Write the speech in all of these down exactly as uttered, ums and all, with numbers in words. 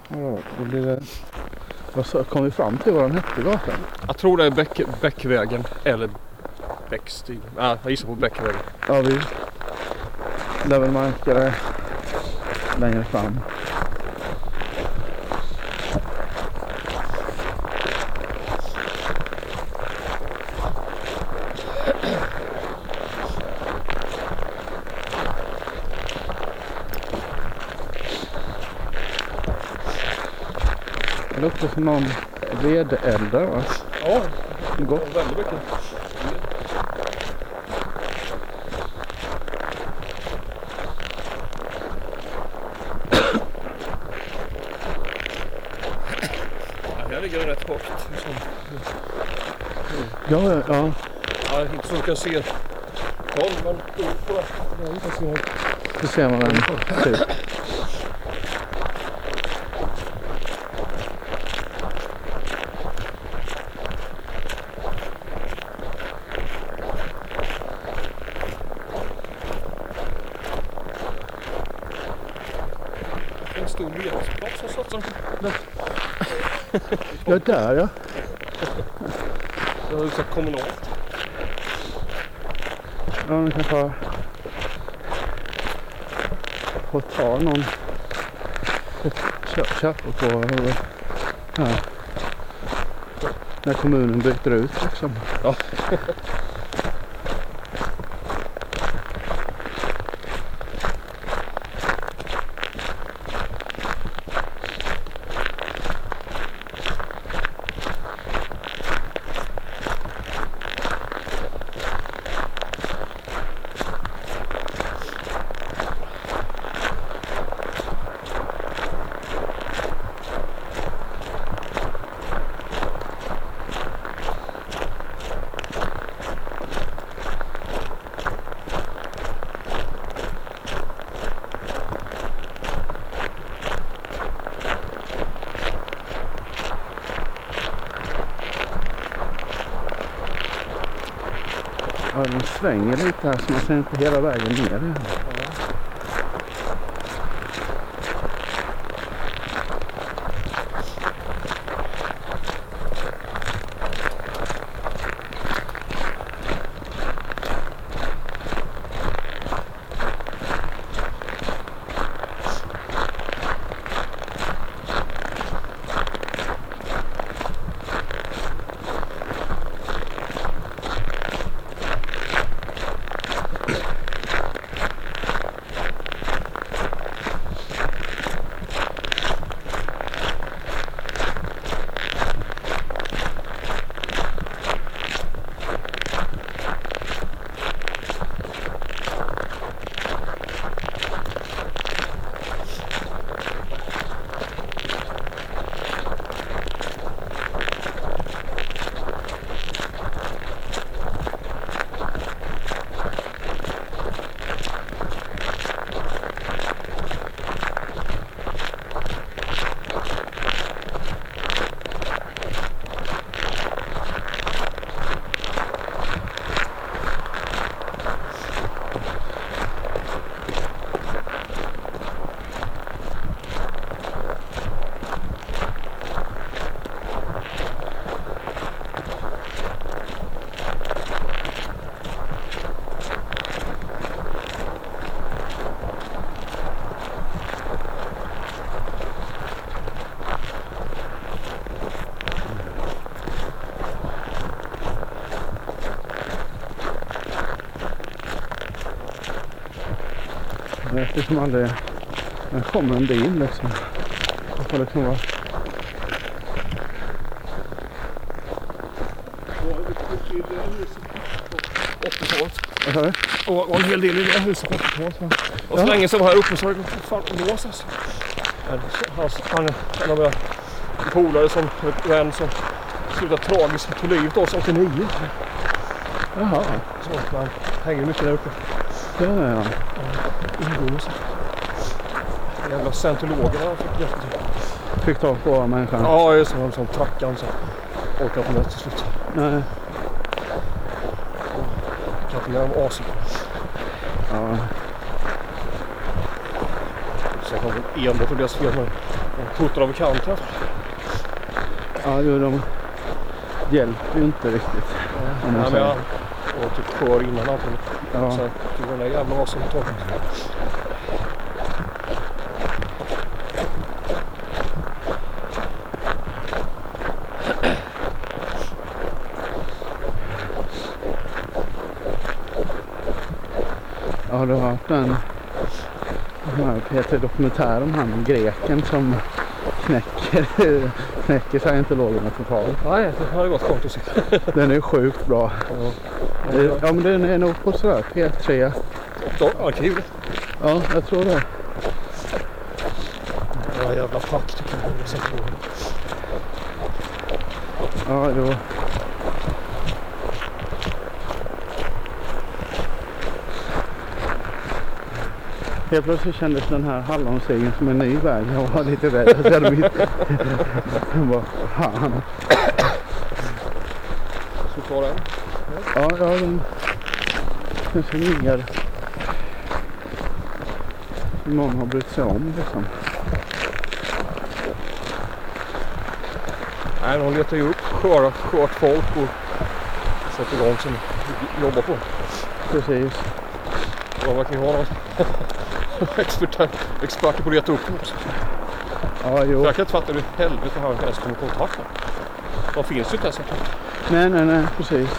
Ja, då blir det... Vad så, kom vi fram till vad den hette gatan? Jag tror det är Bäck, Bäckvägen eller Bäckstig. Ja, jag gissar på Bäckvägen. Ja, vi lär väl märka det längre fram. Det luktar som någon vedeldar, va? Ja, det går väldigt mycket. Ja, här ligger det rätt högt. Ja, ja, ja. Ja, inte så du kan se. Koll, men på det. Jag inte se. Så ser man den typ. En stor ledningsplats har satt som. Ja, där ja. Det är så kommunalt. Ja, man kanske har fått ta någon köpa på eller, här. När kommunen byter ut liksom. Ja. Ja, den svänger lite här så man ser inte hela vägen ner. Ja. Eftersom aldrig det kommer en bil liksom. Det får liksom vara. åttiotalet. Vad sa du? Och en hel del i det huset på åttiotalet. Och så Ja. länge som var här uppe så har det fan lås alltså. Han är en av mina polare som en som slutade tragiskt på livet då, åttionio. Jaha. Så man hänger mycket där uppe. Ja, ja, ja. Ungdom så. Jävla scientologerna fick jättetid. Fick tag på människan. Ja, just det. Han som trackan så orkar inte med till slut. Nej. Kan inte göra dem asig. Ja. Så han kom enbart och deras fel nu. De puttar över kanten. Ja, jo, de hjälper ju inte riktigt. Om man Ja, men säger. jag var typ kvar innan allt. Ja. Så det var den där jävla vasen tog. Ja, det har haft en P T dokumentär om han greken som knäcker, knäcker scientologerna totalt. Nej, det hade gått kort att se. Den är sjukt bra. Ja. Ja, men den är nog på sådär P tre. Ja, arkiv. Ja, jag tror det. Ja, jävla pack tycker jag. Ja, jo. Helt plötsligt kändes den här hallonstigen som en ny väg. Jag var lite rädd att jag hade mitt... Jag bara, fan. Så kvar den? Ja, ja, den... Den ser mer... Någon har brytt sig om liksom. Nej, de letar ju upp skört, skört folk och sätter igång som jobbar på. Precis. De verkar ju ha någon experter, experter på att leta upp dem också. Ja, jo. Jag kan inte fatta hur helvete har inte ens kommit i kontakt med. De finns ju inte ens. Nej, nej, nej, precis.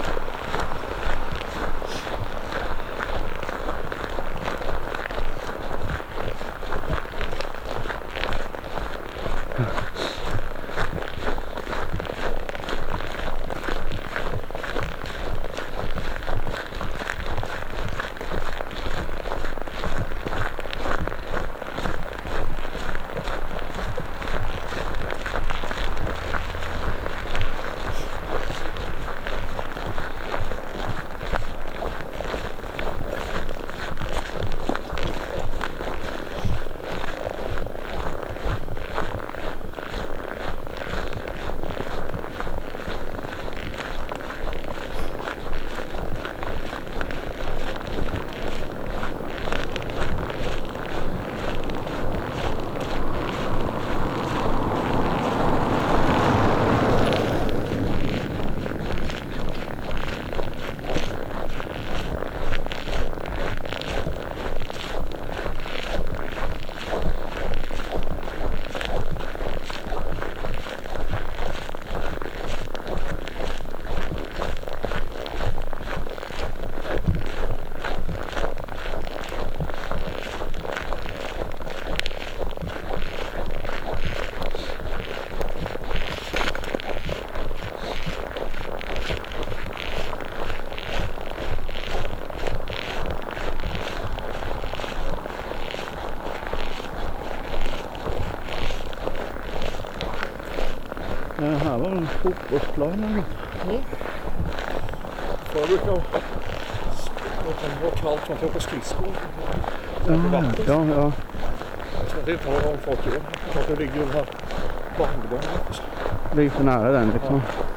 Det här var en fotbollsplan eller något. Mm. Förr brukar jag det var kallt, man kan åka skridskor. Ja, ja, ja. Så det är inte om folk gör. Jag tror det ligger ju den här bandgången. Det är för nära den liksom.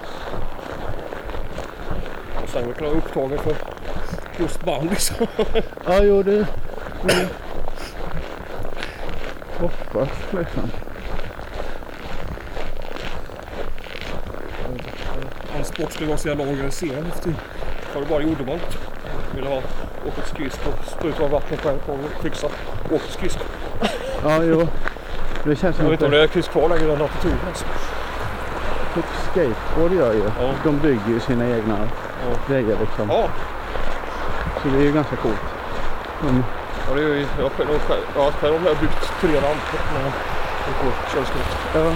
Och sen kan jag vara upptagen för just band liksom. Ja, jo, det... det hoppas liksom. All sportslig var så jävla organiserad efter. För det bara gjorde man inte. Ville ha åka skridskor, stå ut av vattnet på en gång och fixa åka skridskor. Ja, jo. Det känns som jag vet inte om det är kryss kvar längre den attityden. Alltså. Typ skateboard gör ju. Ja. De bygger ju sina egna ja. grejer liksom. Ja. Så det är ju ganska coolt. Mm. Ja, det är ju, jag själv, själv, ja, själv har jag byggt tre ramper när jag på körskritt. Ja.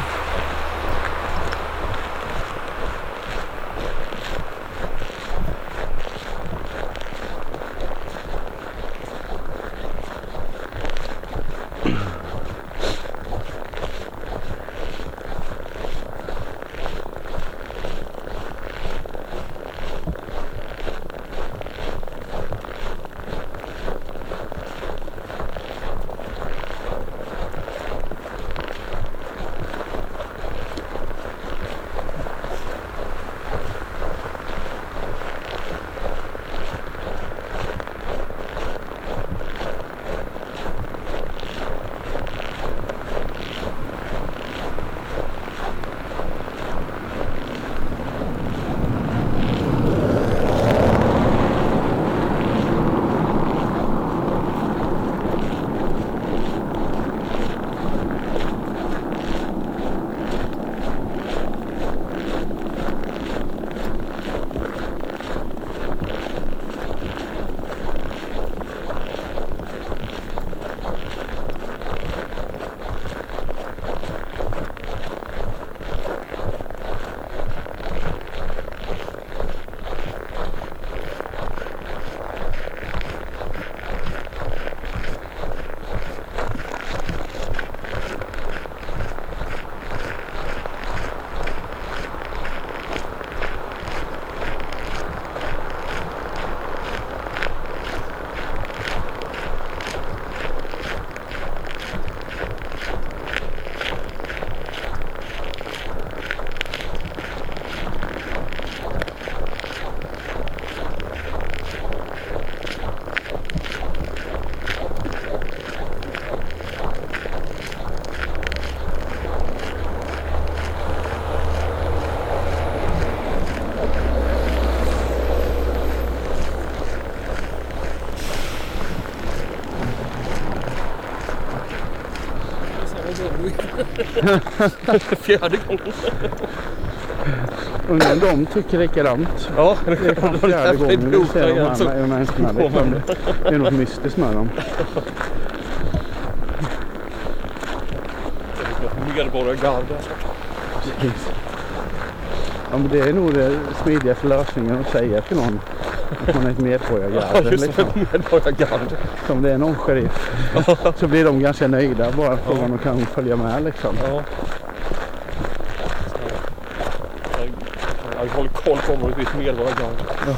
Fjärde gången. Undrar om de tycker likadant. Ja, Det är fan fjärde gången vi ser de andra människorna. Liksom. Det är något mystiskt med dem. Medborgargarde. Precis. Ja, men det är nog det smidigaste lösningen att säga till någon att man är ett medborgargarde. Ja, just liksom. det, medborgargarde. Som det är någon sheriff. Så blir de ganska nöjda bara för att de kan följa med liksom. Ja. Jag håller koll på området vid medborgargarde. Ja.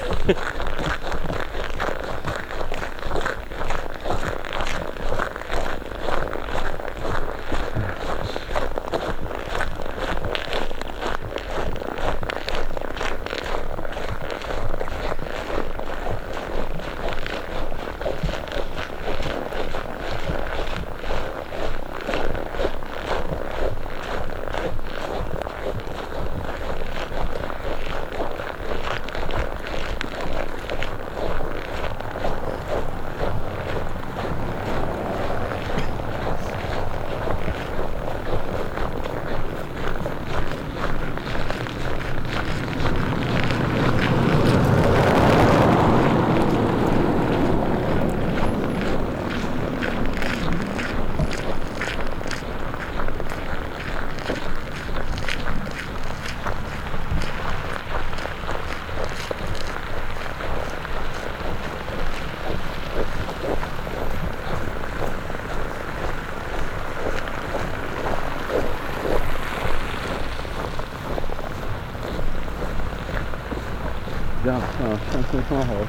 Ja, ja, känns som man har.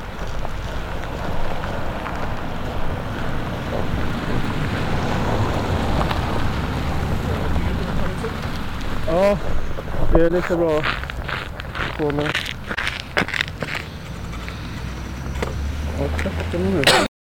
Ja, det är lite bra. Kolla. Ja, tretton minuter.